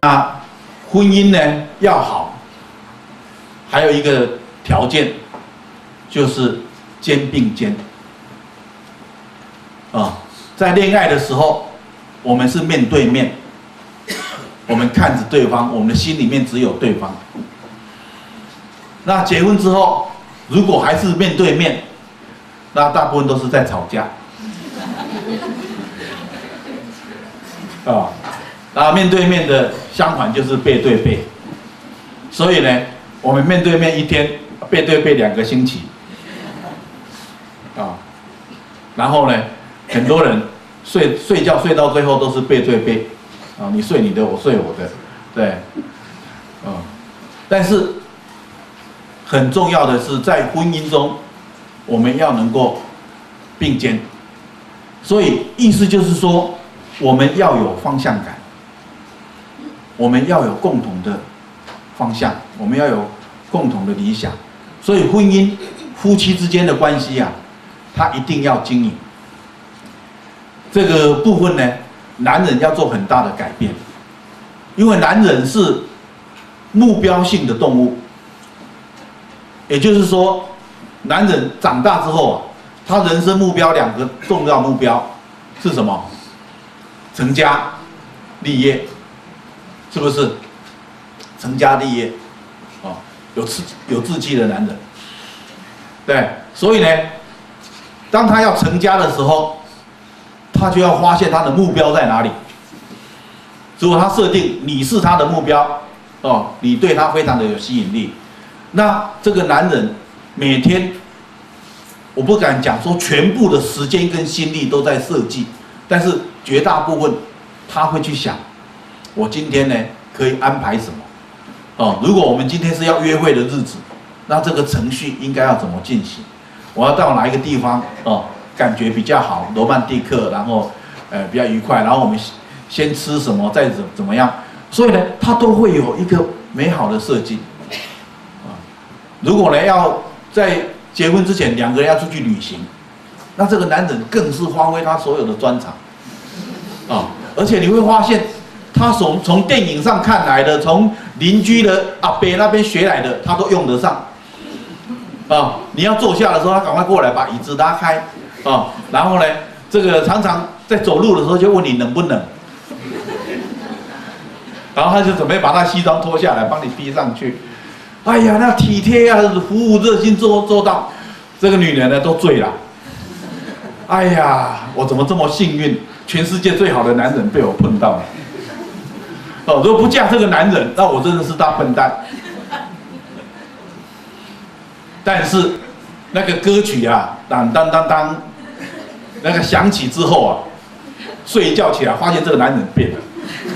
那婚姻呢要好，还有一个条件就是肩并肩。在恋爱的时候，我们是面对面，我们看着对方，我们的心里面只有对方。那结婚之后，如果还是面对面，那大部分都是在吵架。面对面的相反就是背对背。所以呢，我们面对面一天，背对背2个星期。然后呢，很多人睡觉睡到最后都是背对背，你睡你的，我睡我的，对，但是很重要的是在婚姻中，我们要能够并肩，所以意思就是说，我们要有方向感，我们要有共同的方向，我们要有共同的理想，所以婚姻夫妻之间的关系啊，他一定要经营。这个部分呢，男人要做很大的改变，因为男人是目标性的动物，也就是说，男人长大之后啊，他人生目标2个重要目标是什么？成家立业，是不是？成家立业，有志气的男人，对，所以呢，当他要成家的时候，他就要发现他的目标在哪里。如果他设定你是他的目标，你对他非常的有吸引力，那这个男人每天，我不敢讲说全部的时间跟心力都在设计，但是绝大部分他会去想，我今天呢可以安排什么？如果我们今天是要约会的日子，那这个程序应该要怎么进行？我要到哪一个地方感觉比较好，罗曼蒂克，然后比较愉快，然后我们先吃什么，再怎么样，所以呢，他都会有一个美好的设计。如果呢要在结婚之前2个人要出去旅行，那这个男人更是发挥他所有的专长，而且你会发现，他从电影上看来的，从邻居的阿伯那边学来的，他都用得上。你要坐下的时候，他赶快过来把椅子拉开，然后呢，这个常常在走路的时候就问你冷不冷，然后他就准备把他西装脱下来帮你披上去。哎呀，那体贴啊，服务热心做到，这个女人呢都醉了。哎呀，我怎么这么幸运？全世界最好的男人被我碰到了。如果不嫁这个男人，那我真的是大笨蛋。但是那个歌曲啊，当当当当，那个响起之后啊，睡一觉起来发现这个男人变了。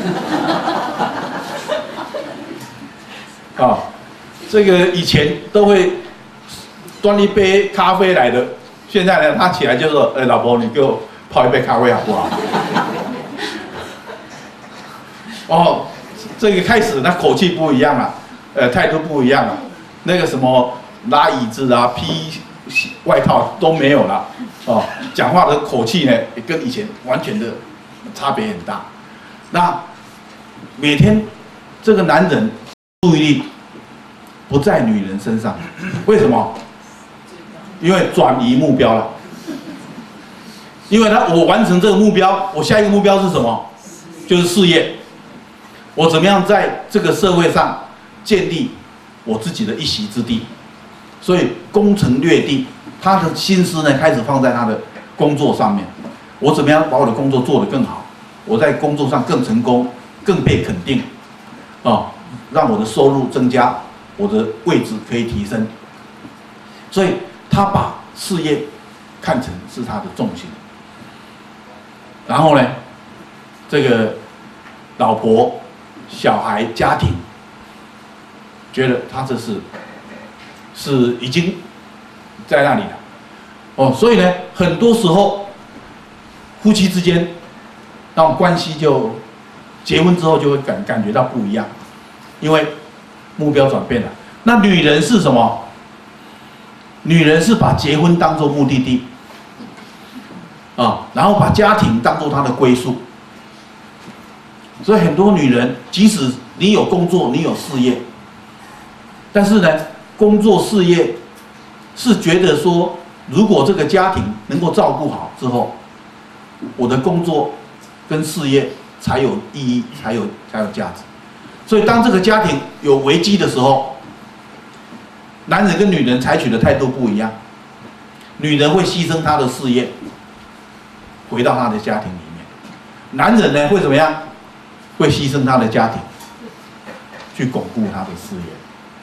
这个以前都会端一杯咖啡来的，现在呢，他起来就说：“老婆，你给我泡一杯咖啡好不好？”这个开始那口气不一样了，态度不一样了，那个什么拉椅子啊、披外套都没有了，讲话的口气呢，也跟以前完全的差别很大。那每天这个男人注意力不在女人身上，为什么？因为转移目标了。因为我完成这个目标，我下一个目标是什么？就是事业。我怎么样在这个社会上建立我自己的一席之地？所以攻城略地，他的心思呢开始放在他的工作上面。我怎么样把我的工作做得更好？我在工作上更成功，更被肯定，让我的收入增加，我的位置可以提升。所以他把事业看成是他的重心。然后呢，这个老婆、小孩、家庭，觉得他这是已经在那里了。所以呢，很多时候夫妻之间那种关系就结婚之后就会感觉到不一样，因为目标转变了。那女人是什么？女人是把结婚当作目的地，然后把家庭当作她的归宿。所以很多女人即使你有工作，你有事业，但是呢，工作事业是觉得说，如果这个家庭能够照顾好之后，我的工作跟事业才有意义，才有价值。所以当这个家庭有危机的时候，男人跟女人采取的态度不一样。女人会牺牲她的事业，回到她的家庭里面；男人呢会怎么样？会牺牲他的家庭，去巩固他的事业。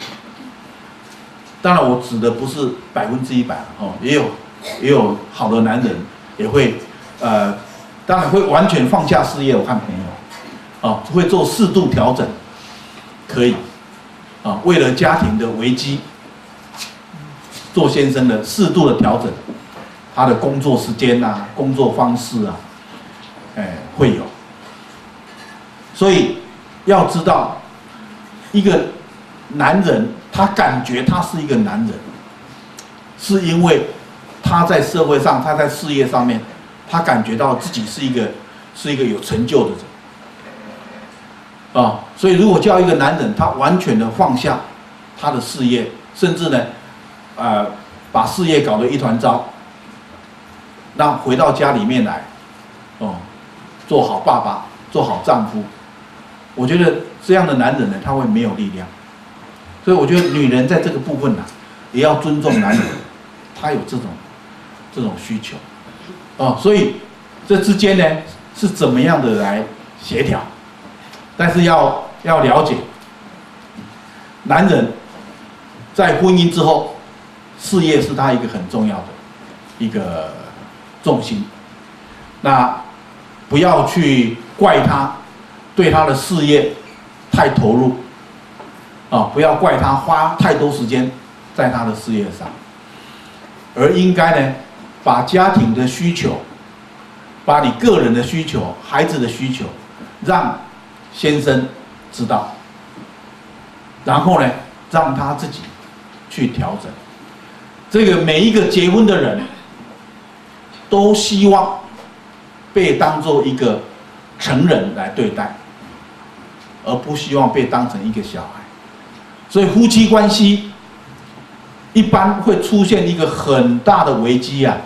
当然，我指的不是100%哦，也有好的男人也会当然会完全放下事业。我看没有，啊，会做适度调整，可以，啊，为了家庭的危机，做先生的适度的调整，他的工作时间啊，工作方式啊，会有。所以要知道，一个男人他感觉他是一个男人，是因为他在社会上，他在事业上面，他感觉到自己是一个有成就的人啊。所以如果叫一个男人他完全的放下他的事业，甚至呢，把事业搞得一团糟，那回到家里面来，做好爸爸，做好丈夫。我觉得这样的男人呢，他会没有力量，所以我觉得女人在这个部分呢，也要尊重男人，他有这种需求，所以这之间呢是怎么样的来协调，但是要了解，男人在婚姻之后，事业是他一个很重要的一个重心，那不要去怪他。对他的事业太投入，不要怪他花太多时间在他的事业上，而应该呢，把家庭的需求，把你个人的需求、孩子的需求，让先生知道，然后呢，让他自己去调整。这个每一个结婚的人，都希望被当作一个成人来对待。而不希望被当成一个小孩，所以夫妻关系一般会出现一个很大的危机啊。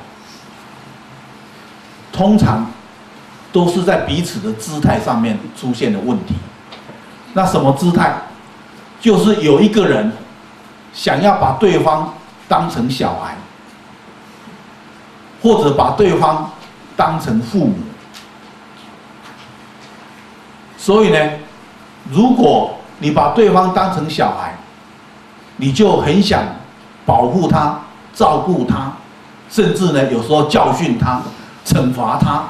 通常都是在彼此的姿态上面出现的问题。那什么姿态？就是有一个人想要把对方当成小孩，或者把对方当成父母。所以呢，如果你把对方当成小孩，你就很想保护他、照顾他，甚至呢有时候教训他、惩罚他，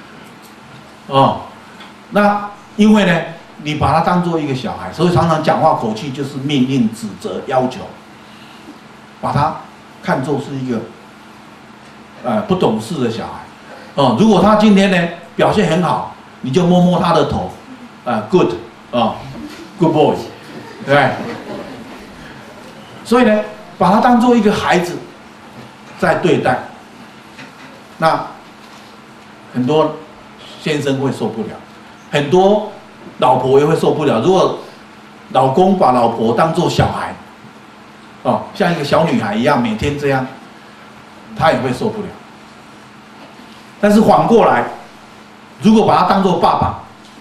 那因为呢你把他当作一个小孩，所以常常讲话口气就是命令、指责、要求，把他看作是一个不懂事的小孩。如果他今天呢表现很好，你就摸摸他的头，good。good boy， 对不对？所以呢，把他当作一个孩子在对待，那很多先生会受不了，很多老婆也会受不了。如果老公把老婆当作小孩，像一个小女孩一样，每天这样，他也会受不了。但是反过来，如果把他当作爸爸，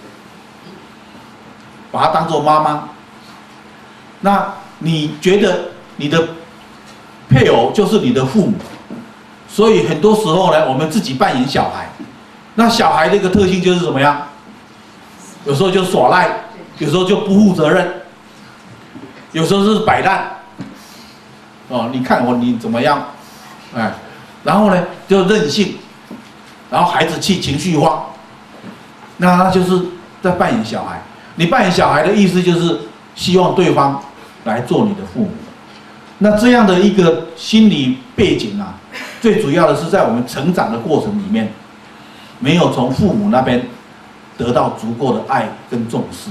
把他当作妈妈，那你觉得你的配偶就是你的父母，所以很多时候呢，我们自己扮演小孩。那小孩的一个特性就是怎么样？有时候就耍赖，有时候就不负责任，有时候是摆烂。你看你怎么样？然后呢就任性，然后孩子情绪化，那他就是在扮演小孩。你扮演小孩的意思就是希望对方来做你的父母。那这样的一个心理背景啊，最主要的是在我们成长的过程里面，没有从父母那边得到足够的爱跟重视。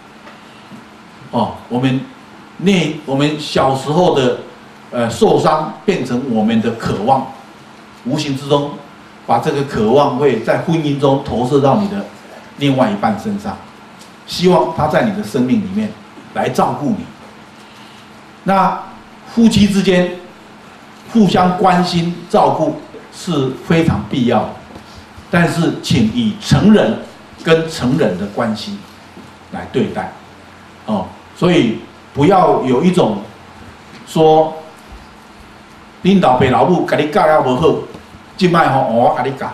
我们小时候的受伤变成我们的渴望，无形之中把这个渴望会在婚姻中投射到你的另外一半身上。 希望他在你的生命里面来照顾你。那夫妻之间互相关心照顾是非常必要的，但是请以成人跟成人的关系来对待，哦，所以不要有一种说，恁老爸老母甲你教了无好，今摆吼我甲你教，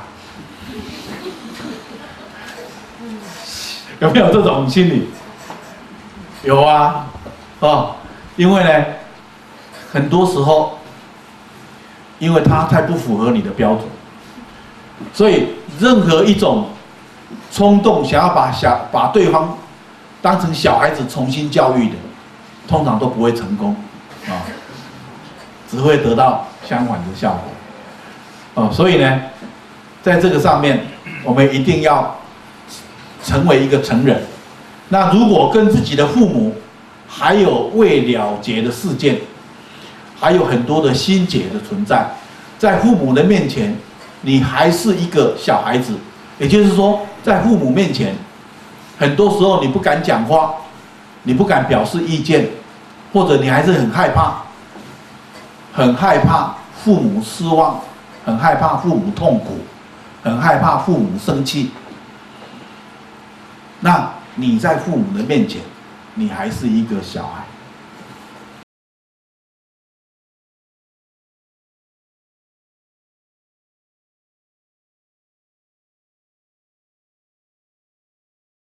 有没有这种心理？有啊，哦，因为呢，很多时候，因为他太不符合你的标准，所以任何一种冲动想要把对方当成小孩子重新教育的，通常都不会成功，啊，只会得到相反的效果，哦，所以呢，在这个上面，我们一定要成为一个成人。那如果跟自己的父母还有未了结的事件，还有很多的心结的存在，在父母的面前，你还是一个小孩子，也就是说，在父母面前，很多时候你不敢讲话，你不敢表示意见，或者你还是很害怕，很害怕父母失望，很害怕父母痛苦，很害怕父母生气。那你在父母的面前，你还是一个小孩。